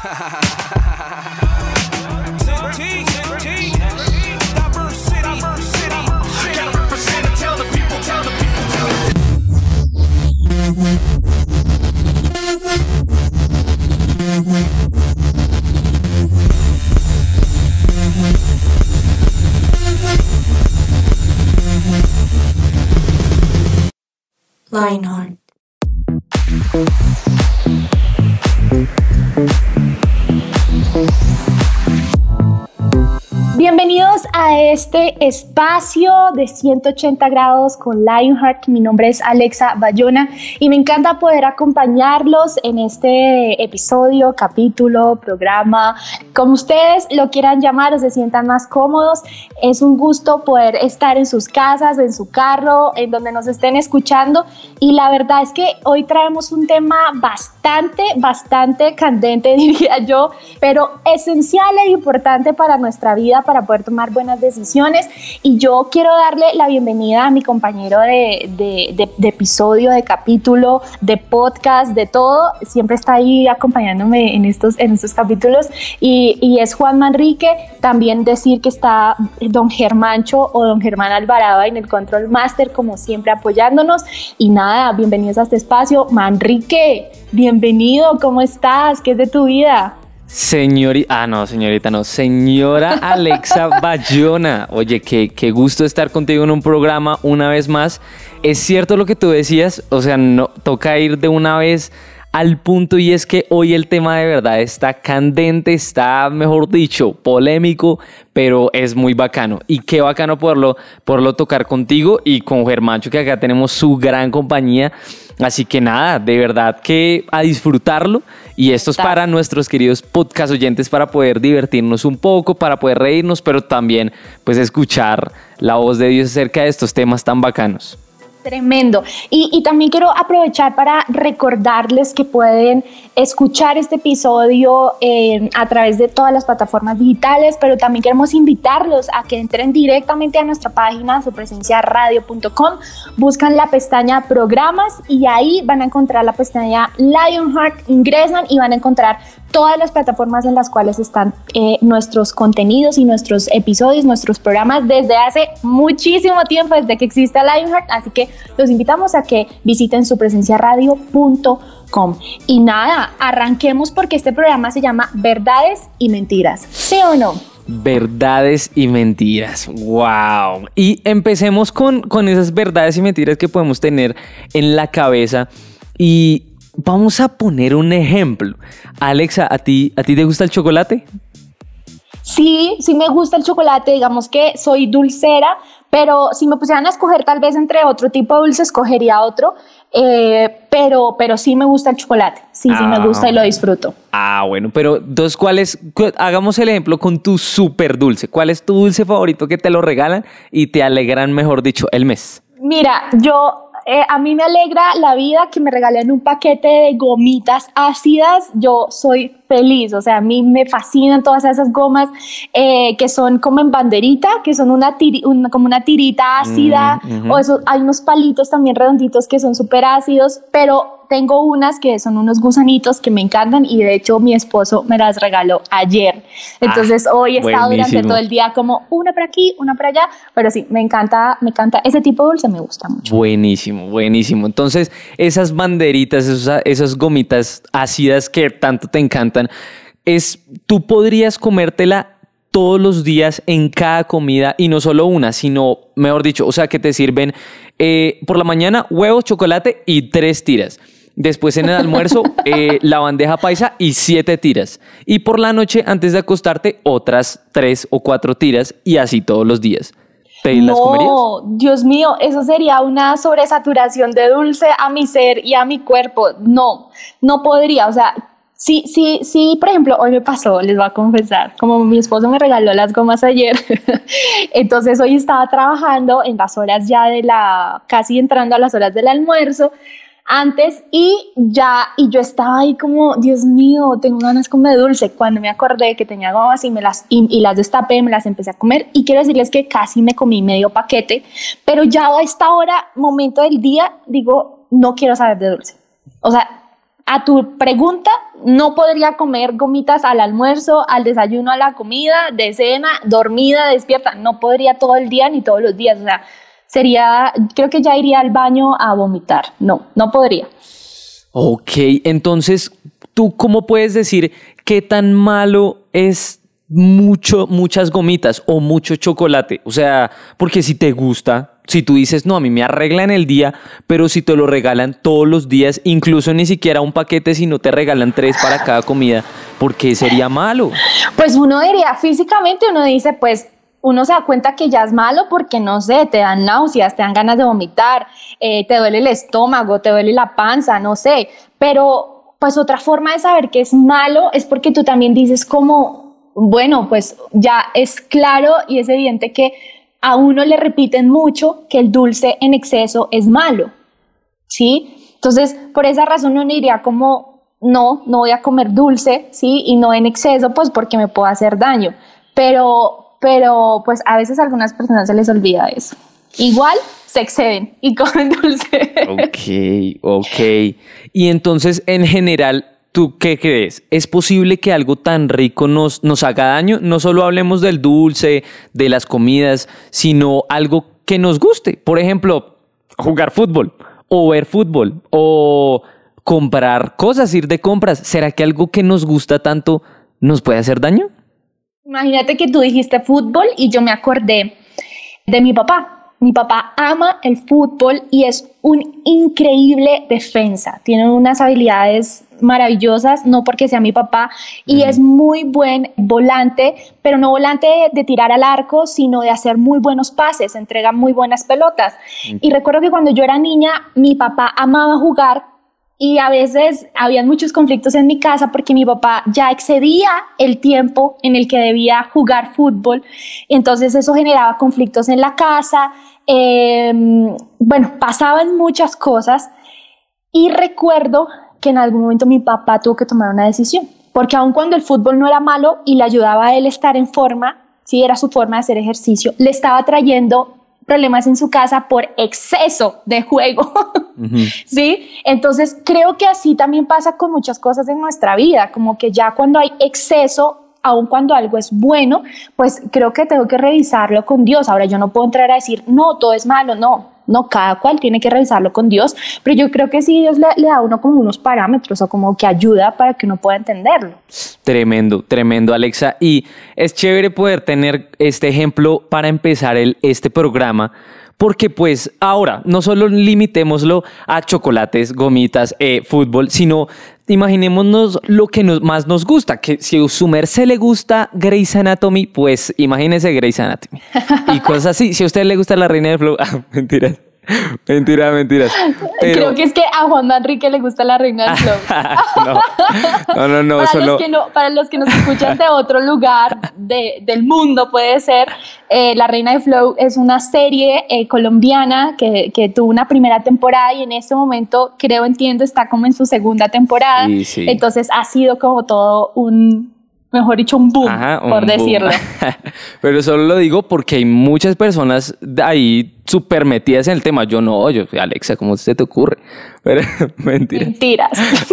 Lionheart. Bienvenidos a este espacio de 180 grados con Lionheart. Mi nombre es Alexa Bayona y me encanta poder acompañarlos en este episodio, capítulo, programa, como ustedes lo quieran llamar o se sientan más cómodos. Es un gusto poder estar en sus casas, en su carro, en donde nos estén escuchando, y la verdad es que hoy traemos un tema bastante candente, diría yo, pero esencial e importante para nuestra vida, para poder tomar buenas decisiones. Y yo quiero darle la bienvenida a mi compañero de episodio, de capítulo, de podcast, de todo. Siempre está ahí acompañándome en estos capítulos, y es Juan Manrique. También decir que está don Germancho o don Germán Alvarado en el Control Master, como siempre apoyándonos. Y nada, bienvenidos a este espacio. Manrique, bienvenido, ¿cómo estás? ¿Qué es de tu vida? Señora Alexa Bayona. Oye, qué gusto estar contigo en un programa una vez más. Es cierto lo que tú decías, o sea, no toca ir de una vez al punto, y es que hoy el tema de verdad está candente, está, mejor dicho, polémico, pero es muy bacano. Y qué bacano poderlo tocar contigo y con Germancho, que acá tenemos su gran compañía. Así que nada, de verdad que a disfrutarlo. Y esto es para nuestros queridos podcast oyentes, para poder divertirnos un poco, para poder reírnos, pero también pues escuchar la voz de Dios acerca de estos temas tan bacanos. Tremendo. Y también quiero aprovechar para recordarles que pueden escuchar este episodio a través de todas las plataformas digitales, pero también queremos invitarlos a que entren directamente a nuestra página, supresenciaradio.com, buscan la pestaña programas y ahí van a encontrar la pestaña Lionheart, ingresan y van a encontrar todas las plataformas en las cuales están nuestros contenidos y nuestros episodios, nuestros programas desde hace muchísimo tiempo, desde que existe Lionheart. Así que los invitamos a que visiten supresenciaradio.com. Y nada, arranquemos, porque este programa se llama Verdades y Mentiras. ¿Sí o no? Verdades y mentiras. ¡Wow! Y empecemos con esas verdades y mentiras que podemos tener en la cabeza. Y vamos a poner un ejemplo. Alexa, ¿a ti te gusta el chocolate? Sí me gusta el chocolate. Digamos que soy dulcera, pero si me pusieran a escoger tal vez entre otro tipo de dulce, escogería otro. Pero sí me gusta el chocolate. Sí me gusta y lo disfruto. Bueno, pero entonces, hagamos el ejemplo con tu súper dulce. ¿Cuál es tu dulce favorito que te lo regalan y te alegran, mejor dicho, el mes? Mira, a mí me alegra la vida que me regalen un paquete de gomitas ácidas. Yo soy feliz, o sea, a mí me fascinan todas esas gomas que son como en banderita, que son como una tirita ácida, o eso, hay unos palitos también redonditos que son súper ácidos, pero tengo unas que son unos gusanitos que me encantan, y de hecho mi esposo me las regaló ayer. Entonces hoy he estado durante todo el día como una para aquí, una para allá, pero sí, me encanta ese tipo de dulce, me gusta mucho. Buenísimo. Entonces, esas banderitas, esas gomitas ácidas que tanto te encantan, tú podrías comértela todos los días en cada comida, y no solo una, sino, mejor dicho, o sea, que te sirven por la mañana huevos, chocolate y 3 tiras. Después en el almuerzo la bandeja paisa y 7 tiras. Y por la noche, antes de acostarte, otras 3 o 4 tiras, y así todos los días. ¿Las comerías? No, Dios mío, eso sería una sobresaturación de dulce a mi ser y a mi cuerpo. No podría, o sea, sí, por ejemplo, hoy me pasó, les voy a confesar, como mi esposo me regaló las gomas ayer, entonces hoy estaba trabajando en las horas ya casi entrando a las horas del almuerzo, antes, y yo estaba ahí como, Dios mío, tengo ganas como de dulce. Cuando me acordé que tenía gomas y las destapé, me las empecé a comer, y quiero decirles que casi me comí medio paquete, pero ya a esta hora, momento del día, digo, no quiero saber de dulce. O sea, a tu pregunta, no podría comer gomitas al almuerzo, al desayuno, a la comida, de cena, dormida, despierta. No podría todo el día ni todos los días. O sea, creo que ya iría al baño a vomitar. No podría. Ok, entonces, ¿tú cómo puedes decir qué tan malo es muchas gomitas o mucho chocolate? O sea, porque si te gusta, si tú dices, no, a mí me arreglan el día, pero si te lo regalan todos los días, incluso ni siquiera un paquete, si no te regalan 3 para cada comida, ¿por qué sería malo? Pues uno diría, físicamente uno dice, pues uno se da cuenta que ya es malo porque, no sé, te dan náuseas, te dan ganas de vomitar, te duele el estómago, te duele la panza, no sé, pero pues otra forma de saber que es malo es porque tú también dices como, bueno, pues ya es claro y es evidente que a uno le repiten mucho que el dulce en exceso es malo, ¿sí? Entonces, por esa razón uno diría como, no voy a comer dulce, ¿sí? Y no en exceso, pues porque me puede hacer daño. Pero pues a veces a algunas personas se les olvida eso. Igual se exceden y comen dulce. Ok. Y entonces, en general, ¿tú qué crees? ¿Es posible que algo tan rico nos haga daño? No solo hablemos del dulce, de las comidas, sino algo que nos guste. Por ejemplo, jugar fútbol o ver fútbol o comprar cosas, ir de compras. ¿Será que algo que nos gusta tanto nos puede hacer daño? Imagínate que tú dijiste fútbol y yo me acordé de mi papá. Mi papá ama el fútbol y es un increíble defensa. Tiene unas habilidades maravillosas, no porque sea mi papá, y es muy buen volante, pero no volante de tirar al arco, sino de hacer muy buenos pases, entrega muy buenas pelotas. Y recuerdo que cuando yo era niña, mi papá amaba jugar y a veces habían muchos conflictos en mi casa porque mi papá ya excedía el tiempo en el que debía jugar fútbol, entonces eso generaba conflictos en la casa. Bueno, pasaban muchas cosas y recuerdo que en algún momento mi papá tuvo que tomar una decisión, porque aun cuando el fútbol no era malo y le ayudaba a él estar en forma, sí, era su forma de hacer ejercicio, le estaba trayendo problemas en su casa por exceso de juego. ¿Sí? Entonces creo que así también pasa con muchas cosas en nuestra vida, como que ya cuando hay exceso, aun cuando algo es bueno, pues creo que tengo que revisarlo con Dios. Ahora yo no puedo entrar a decir, no, todo es malo, no, cada cual tiene que revisarlo con Dios, pero yo creo que sí Dios le da a uno como unos parámetros o como que ayuda para que uno pueda entenderlo. Tremendo, Alexa. Y es chévere poder tener este ejemplo para empezar este programa, porque pues ahora no solo limitémoslo a chocolates, gomitas, fútbol, sino imaginémonos lo que más nos gusta, que si a su merced le gusta Grey's Anatomy, pues imagínese Grey's Anatomy y cosas así. Si a usted le gusta La Reina del Flow, mentiras. Mentiras. Pero... Creo que es que a Juan Manrique le gusta La Reina del Flow. No. Para los que nos escuchan de otro lugar del mundo, puede ser, La Reina del Flow es una serie colombiana que tuvo una primera temporada y en este momento, entiendo, está como en su segunda temporada. Sí. Entonces ha sido como todo mejor dicho, un boom, por decirlo. Pero solo lo digo porque hay muchas personas ahí súper metidas en el tema. Yo, Alexa, ¿cómo se te ocurre? Pero, Mentiras.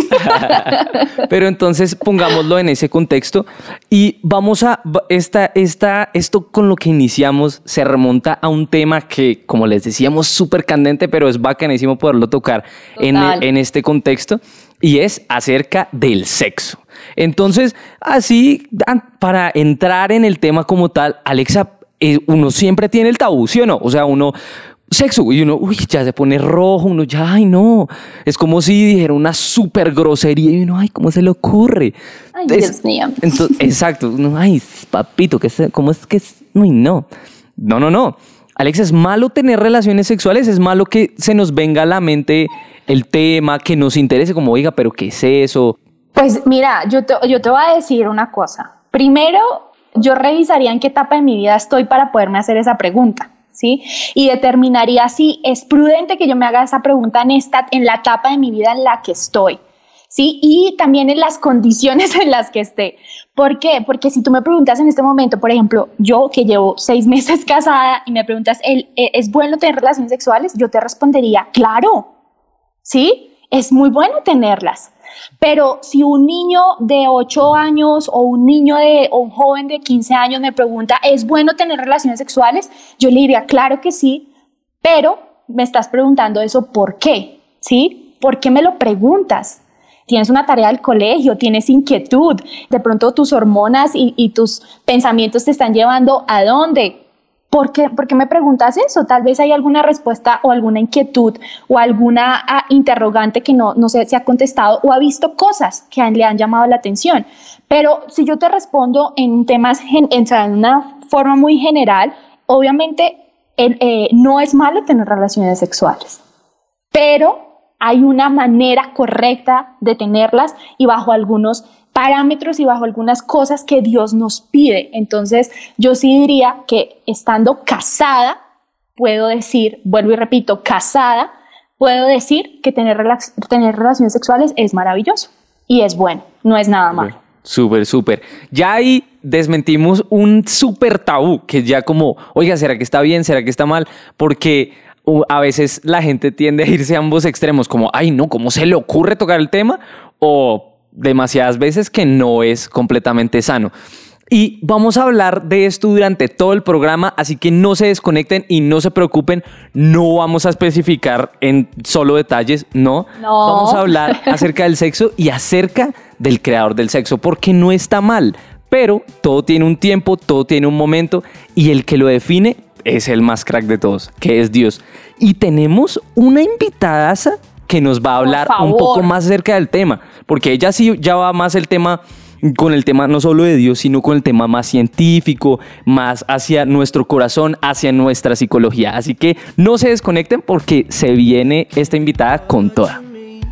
Pero entonces pongámoslo en ese contexto y vamos a... Esto con lo que iniciamos se remonta a un tema que, como les decíamos, súper candente, pero es bacanísimo poderlo tocar en este contexto, y es acerca del sexo. Entonces, así, para entrar en el tema como tal, Alexa, uno siempre tiene el tabú, ¿sí o no? O sea, sexo, y uno, ya se pone rojo, uno ya, ay, no. Es como si dijera una súper grosería y uno, ay, ¿cómo se le ocurre? Ay, Dios mío. Entonces, exacto, uno, ay, papito, ¿cómo es que es? Uy, no. No. Alexa, ¿es malo tener relaciones sexuales? ¿Es malo que se nos venga a la mente el tema, que nos interese como, oiga, pero qué es eso? Pues mira, yo te voy a decir una cosa. Primero, yo revisaría en qué etapa de mi vida estoy para poderme hacer esa pregunta, ¿sí? Y determinaría si es prudente que yo me haga esa pregunta en la etapa de mi vida en la que estoy, ¿sí? Y también en las condiciones en las que esté. ¿Por qué? Porque si tú me preguntas en este momento, por ejemplo, yo que llevo 6 meses casada y me preguntas, ¿es bueno tener relaciones sexuales? Yo te respondería, claro, ¿sí? Es muy bueno tenerlas. Pero si un niño de 8 años o o un joven de 15 años me pregunta, ¿es bueno tener relaciones sexuales? Yo le diría, claro que sí, pero me estás preguntando eso, ¿por qué? ¿Sí? ¿Por qué me lo preguntas? Tienes una tarea del colegio, tienes inquietud, de pronto tus hormonas y tus pensamientos te están llevando ¿a dónde? ¿Por qué me preguntas eso? Tal vez hay alguna respuesta o alguna inquietud o alguna interrogante que no se ha contestado o ha visto cosas que le han llamado la atención. Pero si yo te respondo en temas, en una forma muy general, obviamente no es malo tener relaciones sexuales, pero hay una manera correcta de tenerlas y bajo algunos parámetros y bajo algunas cosas que Dios nos pide. Entonces, yo sí diría que estando casada, puedo decir, vuelvo y repito, casada, puedo decir que tener relaciones sexuales es maravilloso y es bueno, no es nada malo. Súper, súper. Ya ahí desmentimos un súper tabú, que es ya como, oiga, ¿será que está bien? ¿Será que está mal? Porque a veces la gente tiende a irse a ambos extremos, como, ay, no, ¿cómo se le ocurre tocar el tema? O demasiadas veces que no es completamente sano. Y vamos a hablar de esto durante todo el programa, así que no se desconecten y no se preocupen, no vamos a especificar en solo detalles, no. Vamos a hablar acerca del sexo y acerca del creador del sexo, porque no está mal, pero todo tiene un tiempo, todo tiene un momento y el que lo define es el más crack de todos, que es Dios. Y tenemos una invitadaza que nos va a hablar un poco más acerca del tema, porque ella sí ya va más con el tema no solo de Dios, sino con el tema más científico, más hacia nuestro corazón, hacia nuestra psicología. Así que no se desconecten porque se viene esta invitada con toda.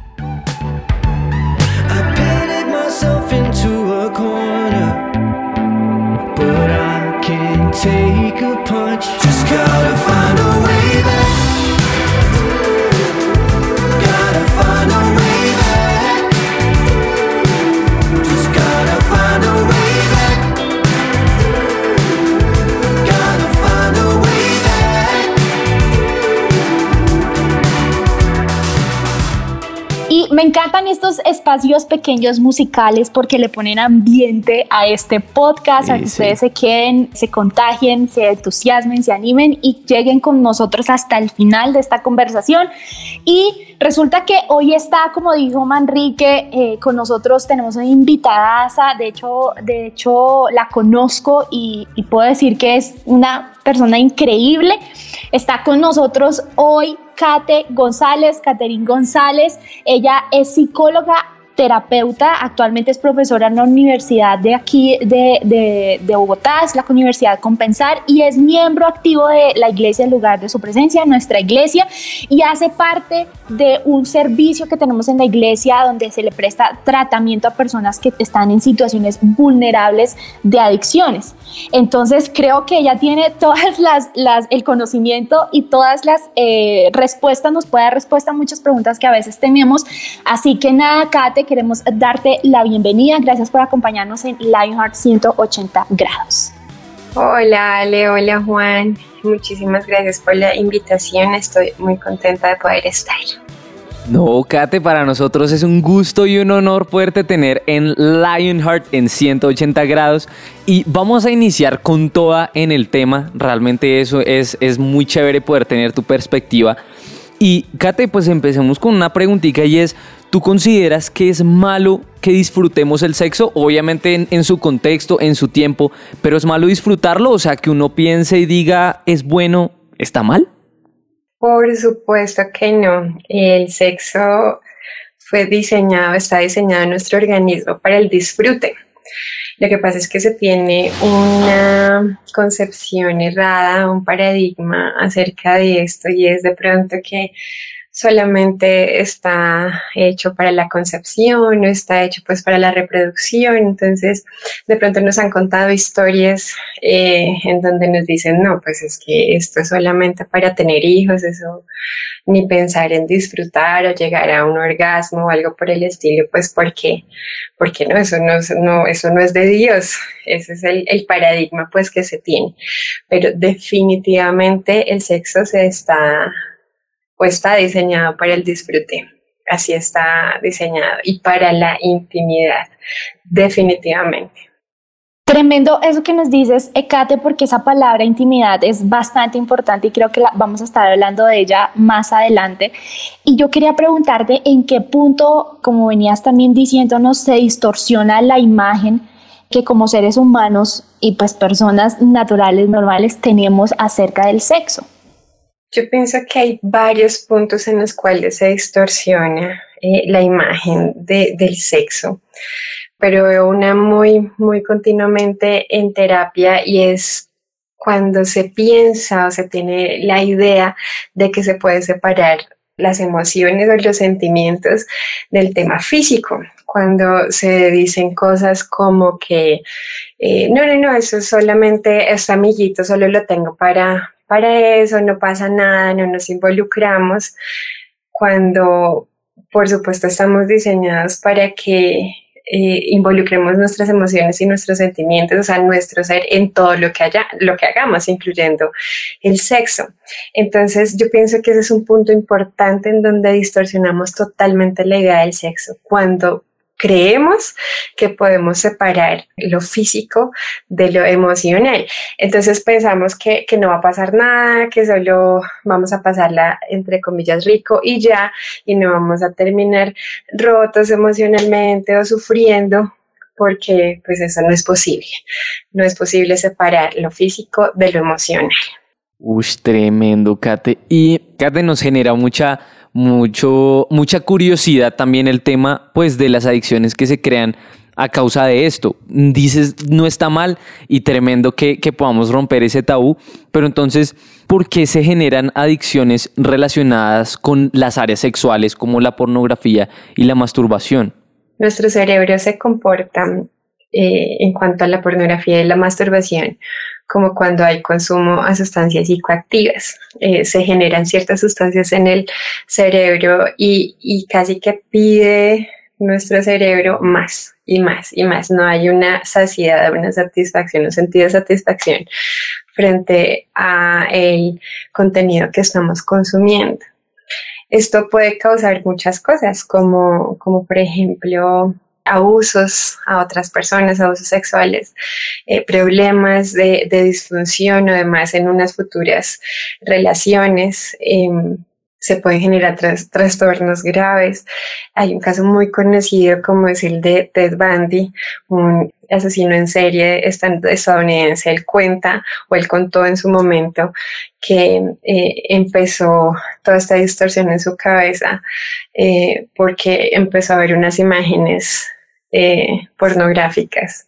Me encantan estos espacios pequeños musicales porque le ponen ambiente a este podcast, a que ustedes se queden, se contagien, se entusiasmen, se animen y lleguen con nosotros hasta el final de esta conversación. Y resulta que hoy está, como dijo Manrique, con nosotros tenemos una invitadaza, de hecho la conozco y puedo decir que es una persona increíble. Está con nosotros hoy Catherine González. Ella es psicóloga, terapeuta, actualmente es profesora en la universidad de aquí de Bogotá, es la Universidad Compensar, y es miembro activo de la iglesia en lugar de su presencia, nuestra iglesia, y hace parte de un servicio que tenemos en la iglesia donde se le presta tratamiento a personas que están en situaciones vulnerables de adicciones. Entonces creo que ella tiene todas el conocimiento y todas las respuestas, nos puede dar respuesta a muchas preguntas que a veces tenemos. Así que nada, Kate, queremos darte la bienvenida. Gracias por acompañarnos en Lionheart 180 grados. Hola Ale, hola Juan. Muchísimas gracias por la invitación. Estoy muy contenta de poder estar. No, Kate, para nosotros es un gusto y un honor poderte tener en Lionheart en 180 grados. Y vamos a iniciar con toda en el tema. Realmente eso es muy chévere poder tener tu perspectiva. Y Kate, pues empecemos con una preguntita y es, ¿tú consideras que es malo que disfrutemos el sexo? Obviamente en su contexto, en su tiempo, pero ¿es malo disfrutarlo? O sea, que uno piense y diga, ¿es bueno? ¿Está mal? Por supuesto que no. El sexo está diseñado en nuestro organismo para el disfrute. Lo que pasa es que se tiene una concepción errada, un paradigma acerca de esto, y es de pronto que solamente está hecho para la concepción, no está hecho pues para la reproducción. Entonces de pronto nos han contado historias en donde nos dicen, no, pues es que esto es solamente para tener hijos, eso ni pensar en disfrutar o llegar a un orgasmo o algo por el estilo, pues porque no, eso no es de Dios. Ese es el paradigma pues que se tiene. Pero definitivamente el sexo está diseñado para el disfrute. así está diseñado. Y para la intimidad, definitivamente. Tremendo eso que nos dices, Kate, porque esa palabra intimidad es bastante importante y creo que vamos a estar hablando de ella más adelante. Y yo quería preguntarte en qué punto, como venías también diciéndonos, se distorsiona la imagen que como seres humanos y pues personas naturales, normales, tenemos acerca del sexo. Yo pienso que hay varios puntos en los cuales se distorsiona la imagen del sexo, pero veo una muy continuamente en terapia, y es cuando se piensa o se tiene la idea de que se puede separar las emociones o los sentimientos del tema físico, cuando se dicen cosas como que no, eso es solamente, este amiguito solo lo tengo para eso, no pasa nada, no nos involucramos, cuando por supuesto estamos diseñados para que involucremos nuestras emociones y nuestros sentimientos, o sea, nuestro ser en todo lo que hagamos, incluyendo el sexo. Entonces, yo pienso que ese es un punto importante en donde distorsionamos totalmente la idea del sexo, cuando creemos que podemos separar lo físico de lo emocional. Entonces pensamos que no va a pasar nada, que solo vamos a pasarla entre comillas rico y ya, y no vamos a terminar rotos emocionalmente o sufriendo, porque pues eso no es posible. No es posible separar lo físico de lo emocional. Tremendo, Kate. Y Kate, nos genera mucha curiosidad también el tema pues de las adicciones que se crean a causa de esto. Dices, no está mal, y tremendo que podamos romper ese tabú, pero entonces, ¿por qué se generan adicciones relacionadas con las áreas sexuales como la pornografía y la masturbación? Nuestro cerebro se comporta en cuanto a la pornografía y la masturbación como cuando hay consumo a sustancias psicoactivas. Se generan ciertas sustancias en el cerebro y casi que pide nuestro cerebro más y más y más. No hay una saciedad, una satisfacción, un sentido de satisfacción frente a el contenido que estamos consumiendo. Esto puede causar muchas cosas, como por ejemplo abusos a otras personas, abusos sexuales, problemas de disfunción o demás en unas futuras relaciones. Se pueden generar trastornos graves. Hay un caso muy conocido como es el de Ted Bundy, un asesino en serie estadounidense. Él contó en su momento que empezó toda esta distorsión en su cabeza porque empezó a ver unas imágenes pornográficas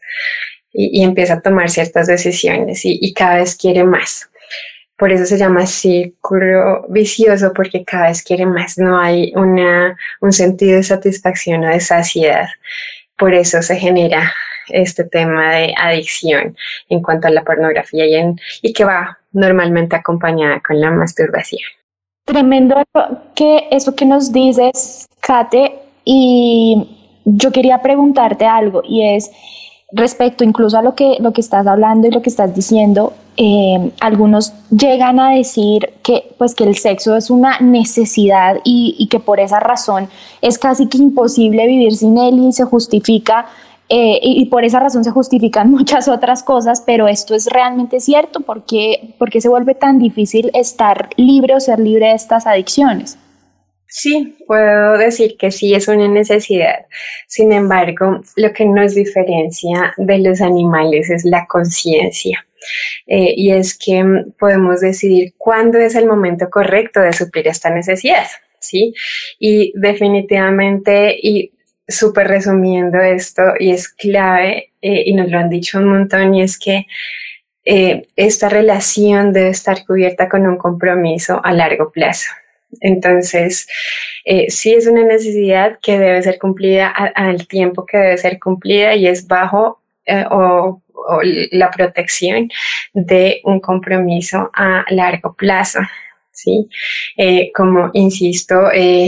y empieza a tomar ciertas decisiones y cada vez quiere más. Por eso se llama círculo vicioso, porque cada vez quiere más, no hay un sentido de satisfacción o de saciedad. Por eso se genera este tema de adicción en cuanto a la pornografía y que va normalmente acompañada con la masturbación. Tremendo que eso que nos dices, Kate, y yo quería preguntarte algo, y es respecto incluso a lo que estás hablando y lo que estás diciendo. Algunos llegan a decir que el sexo es una necesidad y que por esa razón es casi que imposible vivir sin él, y se justifica y por esa razón se justifican muchas otras cosas, pero esto es realmente cierto. ¿Por qué se vuelve tan difícil estar libre o ser libre de estas adicciones? Sí, puedo decir que sí es una necesidad. Sin embargo, lo que nos diferencia de los animales es la conciencia. Y es que podemos decidir cuándo es el momento correcto de suplir esta necesidad, ¿sí? Y definitivamente, y súper resumiendo esto, y es clave, y nos lo han dicho un montón, y es que esta relación debe estar cubierta con un compromiso a largo plazo. Entonces, sí es una necesidad que debe ser cumplida al tiempo que debe ser cumplida, y es bajo o la protección de un compromiso a largo plazo, ¿sí? Como insisto,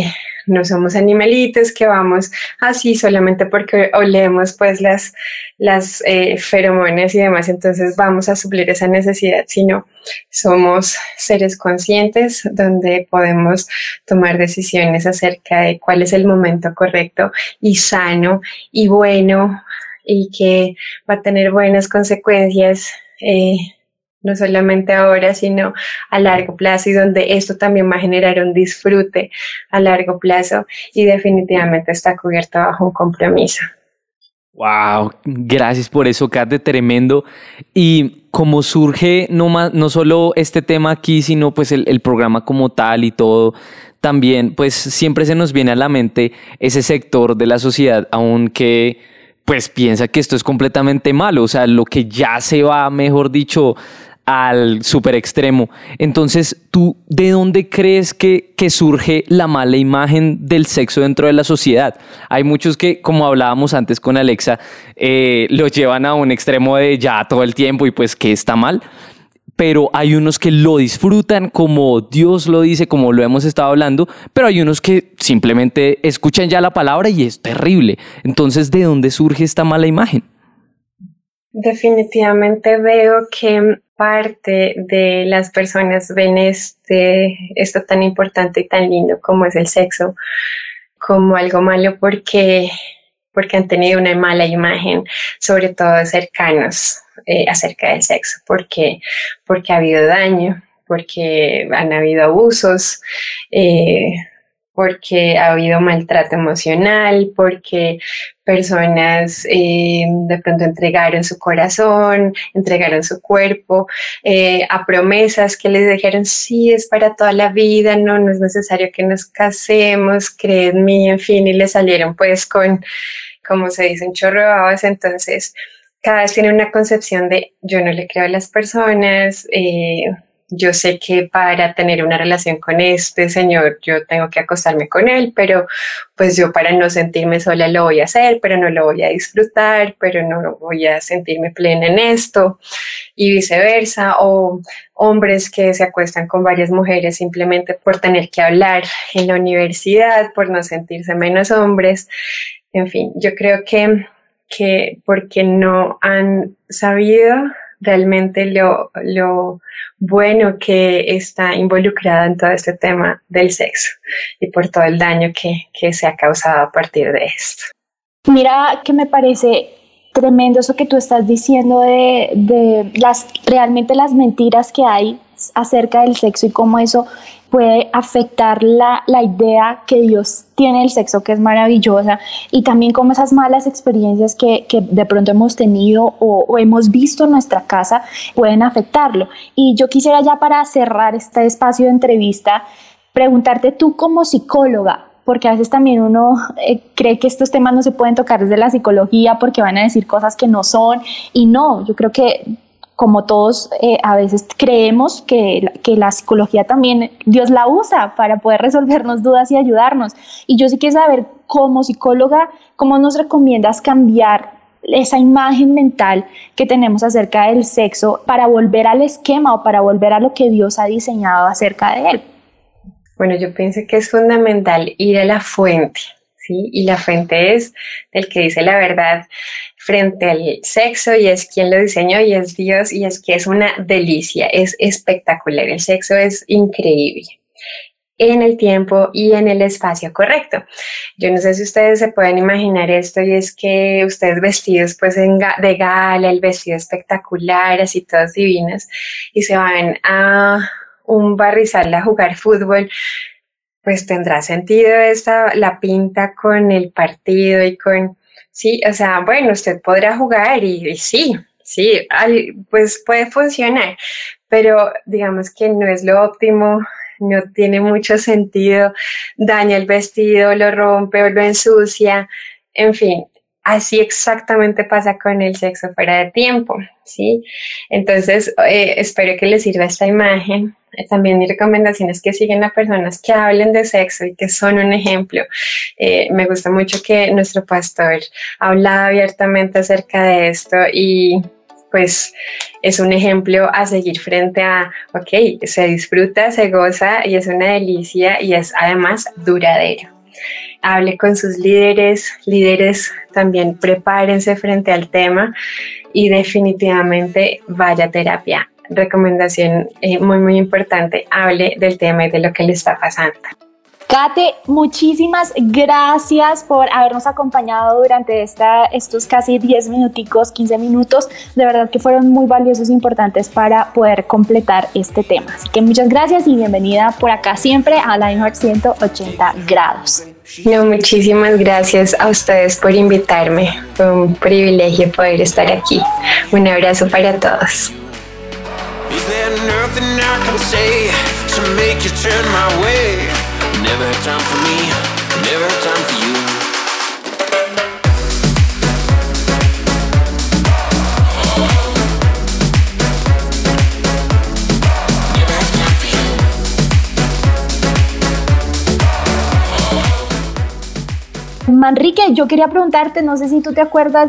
no somos animalitos que vamos así solamente porque olemos pues las feromonas y demás, entonces vamos a suplir esa necesidad, sino somos seres conscientes donde podemos tomar decisiones acerca de cuál es el momento correcto y sano y bueno y que va a tener buenas consecuencias, no solamente ahora, sino a largo plazo, y donde esto también va a generar un disfrute a largo plazo y definitivamente está cubierto bajo un compromiso. Wow, gracias por eso, Kate, tremendo. Y como surge no solo este tema aquí, sino pues el programa como tal y todo, también pues siempre se nos viene a la mente ese sector de la sociedad, aunque pues piensa que esto es completamente malo, o sea, lo que ya se va, mejor dicho, al super extremo. Entonces, ¿tú de dónde crees que surge la mala imagen del sexo dentro de la sociedad? Hay muchos que, como hablábamos antes con Alexa, lo llevan a un extremo de ya todo el tiempo y pues que está mal, pero hay unos que lo disfrutan como Dios lo dice, como lo hemos estado hablando, pero hay unos que simplemente escuchan ya la palabra y es terrible. Entonces, ¿de dónde surge esta mala imagen? Definitivamente veo que parte de las personas ven esto tan importante y tan lindo como es el sexo como algo malo porque han tenido una mala imagen, sobre todo de cercanos, acerca del sexo, porque ha habido daño, porque han habido abusos, porque ha habido maltrato emocional, porque personas de pronto entregaron su corazón, entregaron su cuerpo a promesas que les dijeron sí, es para toda la vida, no es necesario que nos casemos, cree en mí, en fin, y le salieron pues con, como se dice, un chorro de babas. Entonces cada vez tiene una concepción de yo no le creo a las personas, yo sé que para tener una relación con este señor yo tengo que acostarme con él, pero pues yo para no sentirme sola lo voy a hacer, pero no lo voy a disfrutar, pero no voy a sentirme plena en esto, y viceversa. O hombres que se acuestan con varias mujeres simplemente por tener que hablar en la universidad, por no sentirse menos hombres. En fin, yo creo que porque no han sabido realmente lo bueno que está involucrado en todo este tema del sexo y por todo el daño que se ha causado a partir de esto. Mira que me parece tremendo eso que tú estás diciendo de realmente las mentiras que hay acerca del sexo y cómo eso puede afectar la idea que Dios tiene del sexo, que es maravillosa, y también como esas malas experiencias que de pronto hemos tenido o hemos visto en nuestra casa pueden afectarlo. Y yo quisiera ya para cerrar este espacio de entrevista preguntarte tú como psicóloga, porque a veces también uno cree que estos temas no se pueden tocar desde la psicología porque van a decir cosas que no son, y no, yo creo que como todos a veces creemos que la psicología también Dios la usa para poder resolvernos dudas y ayudarnos. Y yo sí quiero saber, como psicóloga, ¿cómo nos recomiendas cambiar esa imagen mental que tenemos acerca del sexo para volver al esquema o para volver a lo que Dios ha diseñado acerca de él? Bueno, yo pienso que es fundamental ir a la fuente, ¿sí? Y la fuente es el que dice la verdad frente al sexo, y es quien lo diseñó, y es Dios, y es que es una delicia, es espectacular, el sexo es increíble en el tiempo y en el espacio correcto. Yo no sé si ustedes se pueden imaginar esto, y es que ustedes vestidos pues de gala, el vestido espectacular, así todos divinos, y se van a un barrizal a jugar fútbol, pues tendrá sentido la pinta con el partido y con... Sí, o sea, bueno, usted podrá jugar y sí, pues puede funcionar, pero digamos que no es lo óptimo, no tiene mucho sentido, daña el vestido, lo rompe o lo ensucia, en fin. Así exactamente pasa con el sexo fuera de tiempo, ¿sí? Entonces, espero que les sirva esta imagen. También mi recomendación es que sigan a personas que hablen de sexo y que son un ejemplo. Me gusta mucho que nuestro pastor habla abiertamente acerca de esto, y pues es un ejemplo a seguir frente a, ok, se disfruta, se goza y es una delicia y es además duradero. hable con sus líderes también prepárense frente al tema y definitivamente vaya a terapia. Recomendación muy importante, hable del tema y de lo que le está pasando. Kate, muchísimas gracias por habernos acompañado durante estos casi 10 minuticos, 15 minutos. De verdad que fueron muy valiosos e importantes para poder completar este tema. Así que muchas gracias y bienvenida por acá siempre a Lionheart 180 grados. No, muchísimas gracias a ustedes por invitarme. Fue un privilegio poder estar aquí. Un abrazo para todos. Never had time for me, never had time for you. Never had time for you. Manrique, yo quería preguntarte, no sé si tú te acuerdas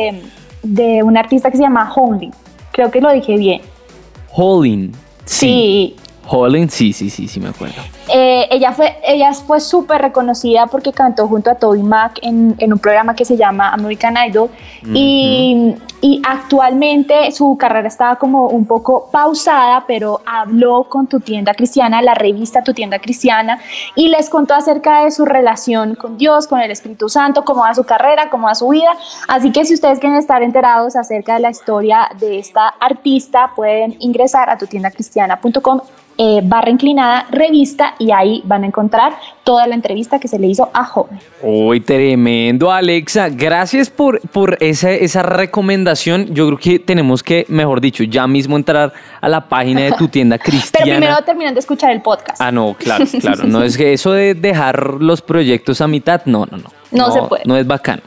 de un artista que se llama Howlin'. Creo que lo dije bien. Howlin'. Sí. Howlin', sí, me acuerdo. Ella fue súper reconocida porque cantó junto a Toby Mac en un programa que se llama American Idol. Uh-huh. Y actualmente su carrera estaba como un poco pausada, pero habló con Tu Tienda Cristiana, la revista Tu Tienda Cristiana, y les contó acerca de su relación con Dios, con el Espíritu Santo, cómo va su carrera, cómo va su vida. Así que si ustedes quieren estar enterados acerca de la historia de esta artista, pueden ingresar a tutiendacristiana.com /inclinada revista y ahí van a encontrar toda la entrevista que se le hizo a Joven. Uy, tremendo, Alexa. Gracias por esa recomendación. Yo creo que tenemos que, mejor dicho, ya mismo entrar a la página de Tu Tienda Cristiana. Pero primero terminan de escuchar el podcast. Ah, no, claro. No es que eso de dejar los proyectos a mitad, no se puede. No es bacano.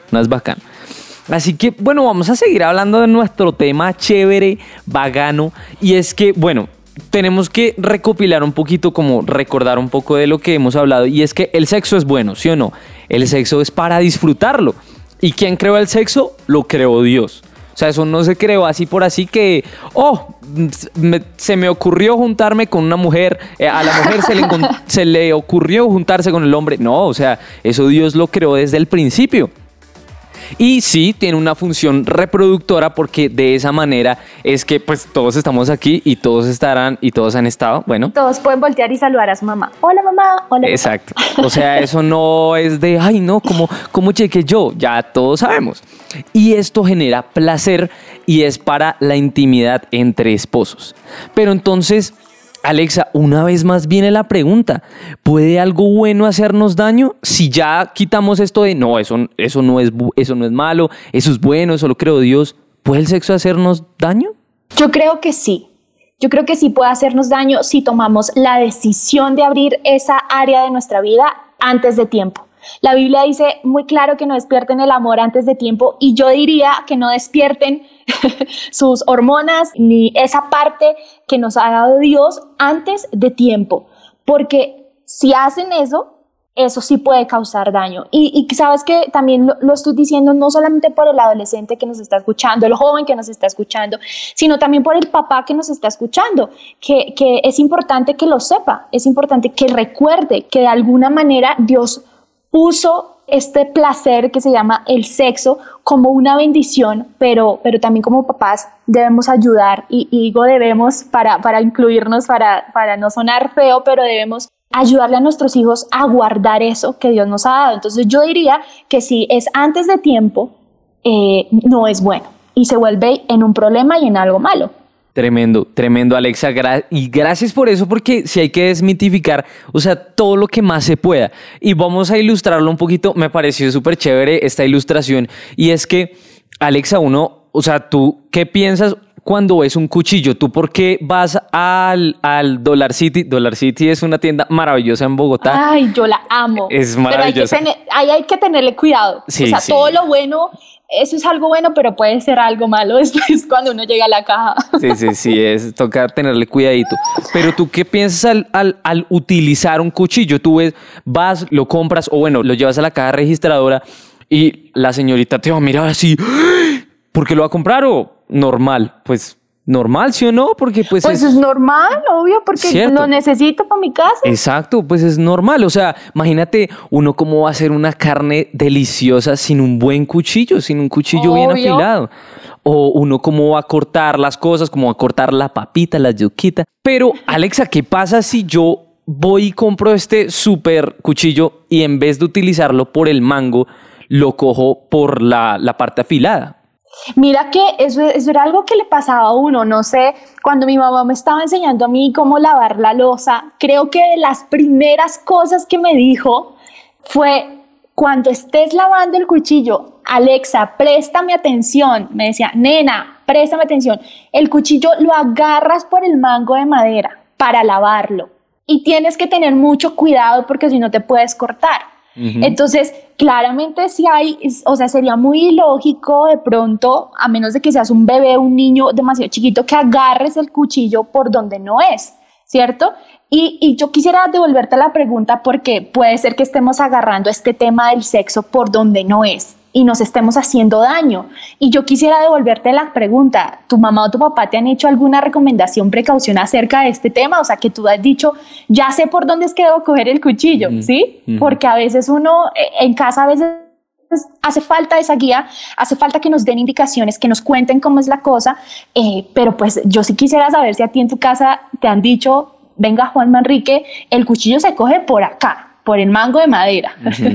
Así que, bueno, vamos a seguir hablando de nuestro tema chévere, vagano, y es que, bueno, tenemos que recopilar un poquito, como recordar un poco de lo que hemos hablado, y es que el sexo es bueno, ¿sí o no? El sexo es para disfrutarlo. ¿Y quién creó el sexo? Lo creó Dios. O sea, eso no se creó así por así que, se me ocurrió juntarme con una mujer, a la mujer se le ocurrió juntarse con el hombre. No, o sea, eso Dios lo creó desde el principio. Y sí, tiene una función reproductora porque de esa manera es que pues todos estamos aquí y todos estarán y todos han estado, bueno. Todos pueden voltear y saludar a su mamá. Hola mamá, hola. Exacto. O sea, eso no es de, ay no, ¿cómo cheque yo? Ya todos sabemos. Y esto genera placer y es para la intimidad entre esposos. Pero entonces, Alexa, una vez más viene la pregunta, ¿puede algo bueno hacernos daño? Si ya quitamos esto de, no, eso no es malo, eso es bueno, eso lo creó Dios, ¿puede el sexo hacernos daño? Yo creo que sí. Yo creo que sí puede hacernos daño si tomamos la decisión de abrir esa área de nuestra vida antes de tiempo. La Biblia dice muy claro que no despierten el amor antes de tiempo, y yo diría que no despierten sus hormonas ni esa parte que nos ha dado Dios antes de tiempo, porque si hacen eso sí puede causar daño. Y sabes que también lo estoy diciendo no solamente por el adolescente que nos está escuchando, el joven que nos está escuchando, sino también por el papá que nos está escuchando, que es importante que lo sepa, es importante que recuerde que de alguna manera Dios puso este placer que se llama el sexo como una bendición, pero también como papás debemos ayudar, y digo debemos para incluirnos, para no sonar feo, pero debemos ayudarle a nuestros hijos a guardar eso que Dios nos ha dado. Entonces yo diría que si es antes de tiempo, no es bueno y se vuelve en un problema y en algo malo. Tremendo, Alexa, y gracias por eso, porque sí hay que desmitificar, o sea, todo lo que más se pueda, y vamos a ilustrarlo un poquito. Me pareció súper chévere esta ilustración, y es que, Alexa, o sea, ¿tú qué piensas cuando ves un cuchillo? ¿Tú por qué vas al Dollar City? Dollar City es una tienda maravillosa en Bogotá. Ay, yo la amo. Es maravillosa. Pero hay que tenerle cuidado. Sí, o sea, sí. Todo lo bueno, eso es algo bueno, pero puede ser algo malo después cuando uno llega a la caja. Sí, toca tenerle cuidadito. Pero ¿tú qué piensas al utilizar un cuchillo? Tú vas, lo compras, o bueno, lo llevas a la caja registradora y la señorita te va a mirar así, ¿por qué lo va a comprar? O normal, pues normal, ¿sí o no? Porque pues es normal, obvio, porque cierto. lo necesito para mi casa. Exacto, pues es normal. O sea, imagínate uno cómo va a hacer una carne deliciosa sin un buen cuchillo, sin un cuchillo bien Obvio. afilado. O uno cómo va a cortar las cosas, cómo va a cortar la papita, la yuquita. Pero, Alexa, ¿qué pasa si yo voy y compro este súper cuchillo y en vez de utilizarlo por el mango, lo cojo por la parte afilada? Mira que eso era algo que le pasaba a uno, no sé, cuando mi mamá me estaba enseñando a mí cómo lavar la loza, creo que de las primeras cosas que me dijo fue, cuando estés lavando el cuchillo, Alexa, préstame atención, me decía, nena, préstame atención, el cuchillo lo agarras por el mango de madera para lavarlo y tienes que tener mucho cuidado porque si no te puedes cortar. Entonces, claramente sí hay, o sea, sería muy ilógico de pronto, a menos de que seas un bebé, un niño demasiado chiquito, que agarres el cuchillo por donde no es, ¿cierto? Y yo quisiera devolverte la pregunta porque puede ser que estemos agarrando este tema del sexo por donde no es y nos estemos haciendo daño. Y yo quisiera devolverte la pregunta, ¿tu mamá o tu papá te han hecho alguna recomendación, precaución acerca de este tema? O sea, que tú has dicho, ya sé por dónde es que debo coger el cuchillo, ¿sí? Porque a veces uno en casa, a veces hace falta esa guía, hace falta que nos den indicaciones, que nos cuenten cómo es la cosa, pero pues yo sí quisiera saber si a ti en tu casa te han dicho, venga Juan Manrique, el cuchillo se coge por acá, por el mango de madera.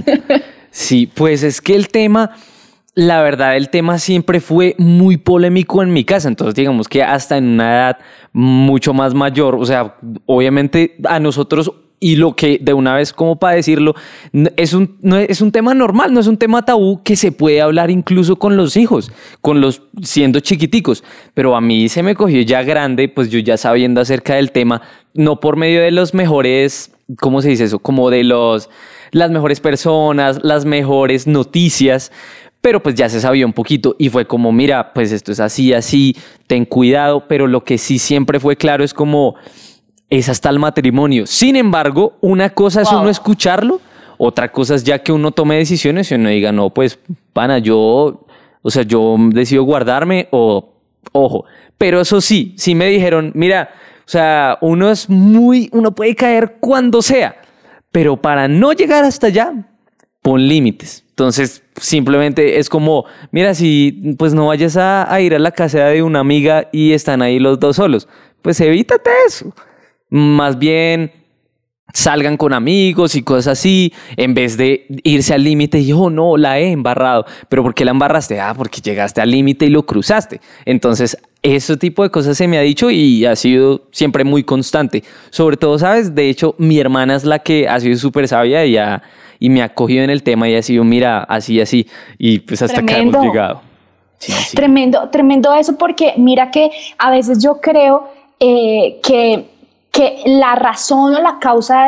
Sí, pues es que el tema, la verdad, el tema siempre fue muy polémico en mi casa. Entonces, digamos que hasta en una edad mucho más mayor, o sea, obviamente a nosotros, y lo que de una vez, como para decirlo, no es un tema normal, no es un tema tabú que se puede hablar incluso con los hijos, con los siendo chiquiticos. Pero a mí se me cogió ya grande, pues yo ya sabiendo acerca del tema, no por medio de los mejores, ¿cómo se dice eso? Como de las mejores personas, las mejores noticias, pero pues ya se sabía un poquito y fue como, mira, pues esto es así, así, ten cuidado, pero lo que sí siempre fue claro es como, es hasta el matrimonio. Sin embargo, una cosa es uno escucharlo, otra cosa es ya que uno tome decisiones y uno diga, no, pues, pana, yo decido guardarme o, ojo, pero eso sí me dijeron, mira, o sea, uno puede caer cuando sea, pero para no llegar hasta allá, pon límites. Entonces, simplemente es como, mira, si pues no vayas a ir a la casa de una amiga y están ahí los dos solos, pues evítate eso. Más bien, salgan con amigos y cosas así, en vez de irse al límite y, oh, no, la he embarrado. ¿Pero por qué la embarraste? Ah, porque llegaste al límite y lo cruzaste. Entonces, ese tipo de cosas se me ha dicho y ha sido siempre muy constante. Sobre todo, ¿sabes? De hecho, mi hermana es la que ha sido súper sabia y me ha cogido en el tema y ha sido, mira, así, así. Y pues hasta acá hemos llegado. Sí, sí. Tremendo eso, porque mira que a veces yo creo que la razón o la causa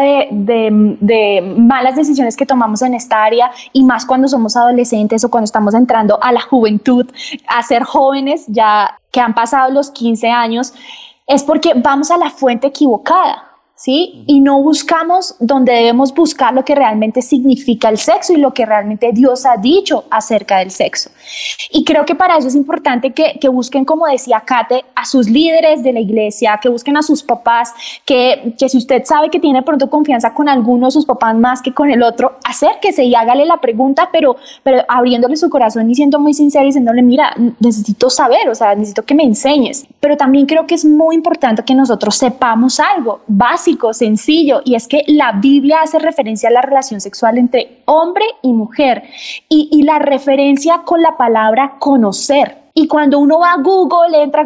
de malas decisiones que tomamos en esta área, y más cuando somos adolescentes o cuando estamos entrando a la juventud, a ser jóvenes ya que han pasado los 15 años, es porque vamos a la fuente equivocada, ¿sí? Y no buscamos donde debemos buscar lo que realmente significa el sexo y lo que realmente Dios ha dicho acerca del sexo. Y creo que para eso es importante que busquen, como decía Kate, a sus líderes de la iglesia, que busquen a sus papás, que si usted sabe que tiene pronto confianza con alguno de sus papás más que con el otro, acérquese y hágale la pregunta, pero abriéndole su corazón y siendo muy sincero y diciéndole, mira, necesito saber, o sea, necesito que me enseñes. Pero también creo que es muy importante que nosotros sepamos algo básico, sencillo, y es que la Biblia hace referencia a la relación sexual entre hombre y mujer, y la referencia con la palabra conocer. Y cuando uno va a Google, entra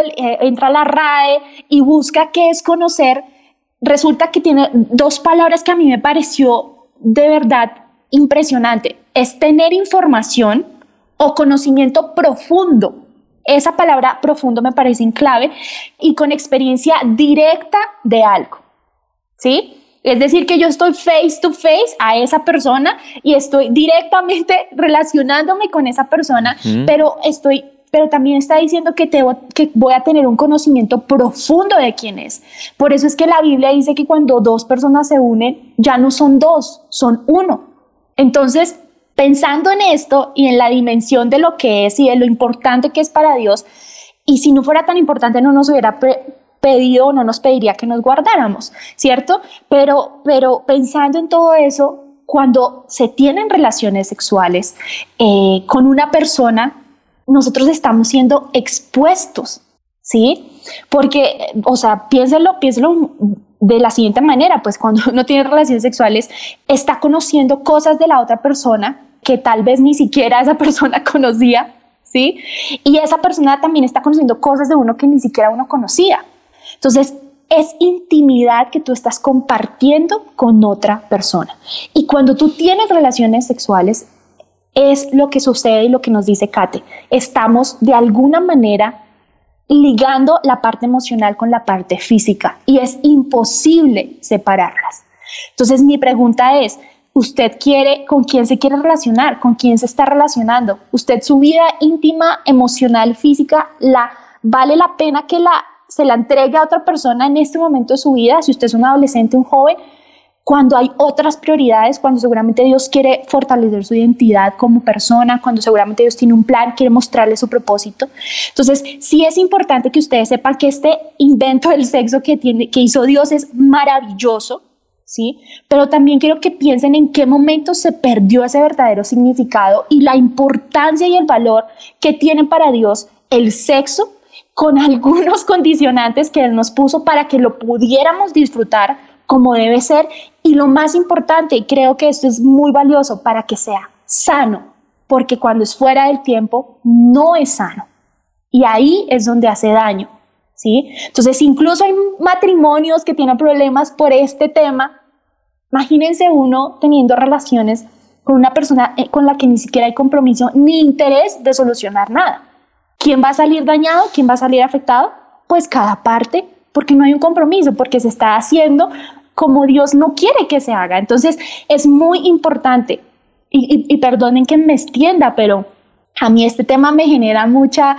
a la RAE y busca qué es conocer, resulta que tiene dos palabras que a mí me pareció de verdad impresionante. Es tener información o conocimiento profundo. Esa palabra profundo me parece clave, y con experiencia directa de algo, ¿sí? Es decir, que yo estoy face to face a esa persona y estoy directamente relacionándome con esa persona, pero también está diciendo que voy a tener un conocimiento profundo de quién es. Por eso es que la Biblia dice que cuando dos personas se unen, ya no son dos, son uno. Entonces, pensando en esto y en la dimensión de lo que es y de lo importante que es para Dios, Y si no fuera tan importante, no nos hubiera pedido, no nos pediría que nos guardáramos, ¿cierto? Pero pensando en todo eso, cuando se tienen relaciones sexuales con una persona, nosotros estamos siendo expuestos, ¿sí? Porque, o sea, piénselo de la siguiente manera, pues cuando uno tiene relaciones sexuales, está conociendo cosas de la otra persona que tal vez ni siquiera esa persona conocía, ¿sí? Y esa persona también está conociendo cosas de uno que ni siquiera uno conocía. Entonces, es intimidad que tú estás compartiendo con otra persona. Y cuando tú tienes relaciones sexuales, es lo que sucede y lo que nos dice Kate. Estamos de alguna manera ligando la parte emocional con la parte física y es imposible separarlas. Entonces, mi pregunta es, ¿con quién se quiere relacionar? ¿Con quién se está relacionando? ¿Usted su vida íntima, emocional, física, vale la pena que se la entregue a otra persona en este momento de su vida? Si usted es un adolescente, un joven, cuando hay otras prioridades, cuando seguramente Dios quiere fortalecer su identidad como persona, cuando seguramente Dios tiene un plan, quiere mostrarle su propósito. Entonces, sí es importante que ustedes sepan que este invento del sexo que hizo Dios es maravilloso, ¿sí? Pero también quiero que piensen en qué momento se perdió ese verdadero significado y la importancia y el valor que tiene para Dios el sexo, con algunos condicionantes que Él nos puso para que lo pudiéramos disfrutar como debe ser, y lo más importante, y creo que esto es muy valioso, para que sea sano, porque cuando es fuera del tiempo no es sano y ahí es donde hace daño, ¿sí? Entonces, incluso hay matrimonios que tienen problemas por este tema. Imagínense uno teniendo relaciones con una persona con la que ni siquiera hay compromiso ni interés de solucionar nada. ¿Quién va a salir dañado? ¿Quién va a salir afectado? Pues cada parte, porque no hay un compromiso, porque se está haciendo como Dios no quiere que se haga. Entonces es muy importante, y perdonen que me extienda, pero a mí este tema me genera mucha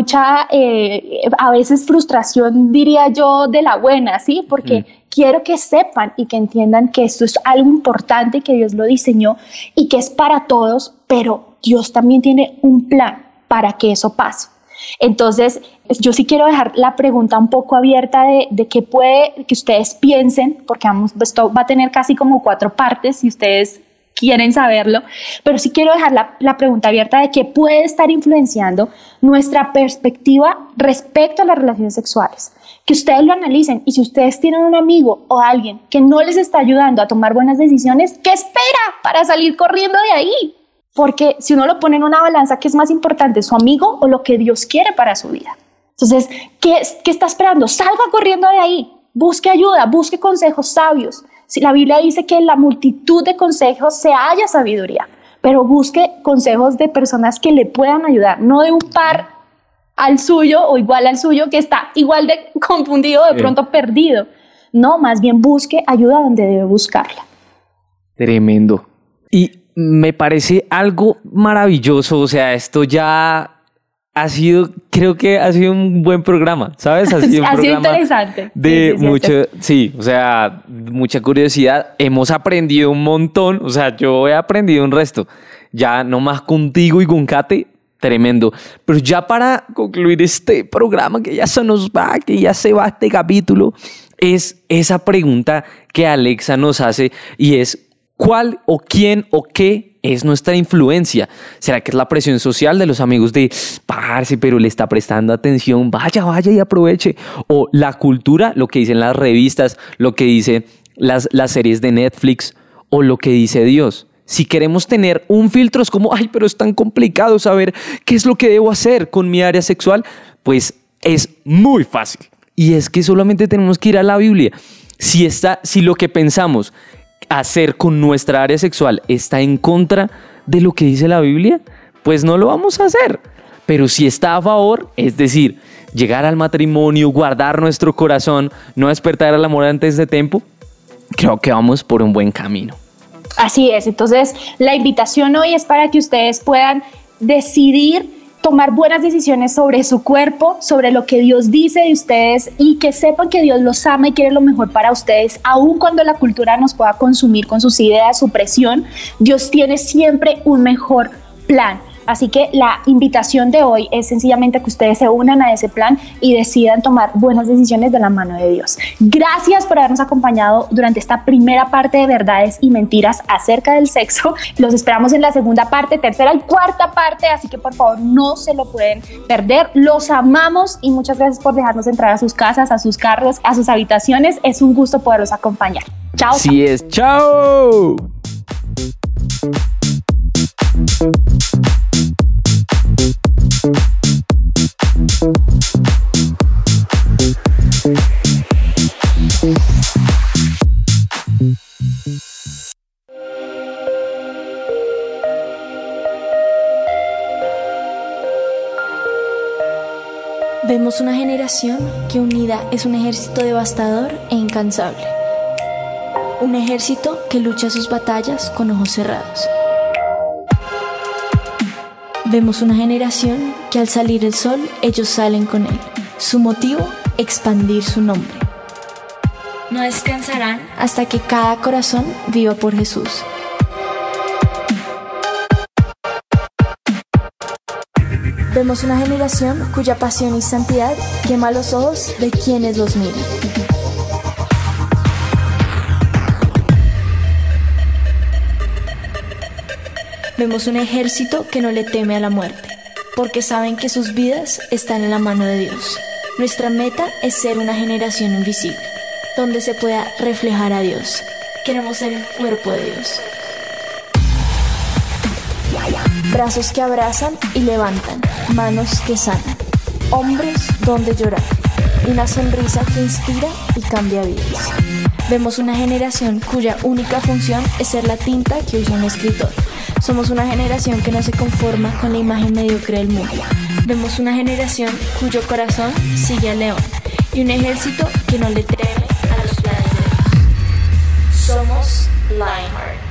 a veces frustración, diría yo, de la buena, ¿sí? Porque quiero que sepan y que entiendan que esto es algo importante, que Dios lo diseñó y que es para todos, pero Dios también tiene un plan para que eso pase. Entonces, yo sí quiero dejar la pregunta un poco abierta de qué puede que ustedes piensen, porque esto va a tener casi como 4 partes si ustedes quieren saberlo, pero sí quiero dejar la pregunta abierta de qué puede estar influenciando nuestra perspectiva respecto a las relaciones sexuales. Que ustedes lo analicen, y si ustedes tienen un amigo o alguien que no les está ayudando a tomar buenas decisiones, ¿qué espera para salir corriendo de ahí? Porque si uno lo pone en una balanza, ¿qué es más importante, su amigo o lo que Dios quiere para su vida? Entonces, ¿qué está esperando? Salga corriendo de ahí, busque ayuda, busque consejos sabios. Si la Biblia dice que en la multitud de consejos se halla sabiduría, pero busque consejos de personas que le puedan ayudar, no de un par al suyo o igual al suyo que está igual de confundido, de pronto perdido. No, más bien busque ayuda donde debe buscarla. Tremendo. Y me parece algo maravilloso, o sea, esto ya creo que ha sido un buen programa, ¿sabes? Ha sido un programa interesante. O sea, mucha curiosidad. Hemos aprendido un montón, o sea, yo he aprendido un resto. Ya no más contigo y con Kate, tremendo. Pero ya para concluir este programa, que ya se nos va, que ya se va este capítulo, es esa pregunta que Alexa nos hace y es: ¿cuál o quién o qué es nuestra influencia? ¿Será que es la presión social de los amigos de parce, pero le está prestando atención, vaya y aproveche? ¿O la cultura, lo que dicen las revistas, lo que dicen las series de Netflix, o lo que dice Dios? Si queremos tener un filtro, es como, pero es tan complicado saber qué es lo que debo hacer con mi área sexual. Pues es muy fácil. Y es que solamente tenemos que ir a la Biblia. Si lo que pensamos hacer con nuestra área sexual está en contra de lo que dice la Biblia, pues no lo vamos a hacer. Pero si está a favor, es decir, llegar al matrimonio, guardar nuestro corazón, no despertar al amor antes de tiempo, creo que vamos por un buen camino. Así es. Entonces, la invitación hoy es para que ustedes puedan decidir tomar buenas decisiones sobre su cuerpo, sobre lo que Dios dice de ustedes, y que sepan que Dios los ama y quiere lo mejor para ustedes, aun cuando la cultura nos pueda consumir con sus ideas, su presión. Dios tiene siempre un mejor plan. Así que la invitación de hoy es sencillamente que ustedes se unan a ese plan y decidan tomar buenas decisiones de la mano de Dios. Gracias por habernos acompañado durante esta primera parte de verdades y mentiras acerca del sexo. Los esperamos en la segunda parte, tercera y cuarta parte, así que por favor no se lo pueden perder. Los amamos y muchas gracias por dejarnos entrar a sus casas, a sus carros, a sus habitaciones. Es un gusto poderlos acompañar. Chao. Así es. ¡Chao! Vemos una generación que unida es un ejército devastador e incansable. Un ejército que lucha sus batallas con ojos cerrados. Vemos una generación que al salir el sol, ellos salen con él. Su motivo, expandir su nombre. No descansarán hasta que cada corazón viva por Jesús. Vemos una generación cuya pasión y santidad quema los ojos de quienes los miran. Vemos un ejército que no le teme a la muerte, porque saben que sus vidas están en la mano de Dios. Nuestra meta es ser una generación invisible, donde se pueda reflejar a Dios. Queremos ser el cuerpo de Dios. Brazos que abrazan y levantan, manos que sanan, hombros donde llorar, una sonrisa que inspira y cambia vidas. Vemos una generación cuya única función es ser la tinta que usa un escritor. Somos una generación que no se conforma con la imagen mediocre del mundo. Vemos una generación cuyo corazón sigue al león y un ejército que no le teme a los planes de Dios. Somos Lionheart.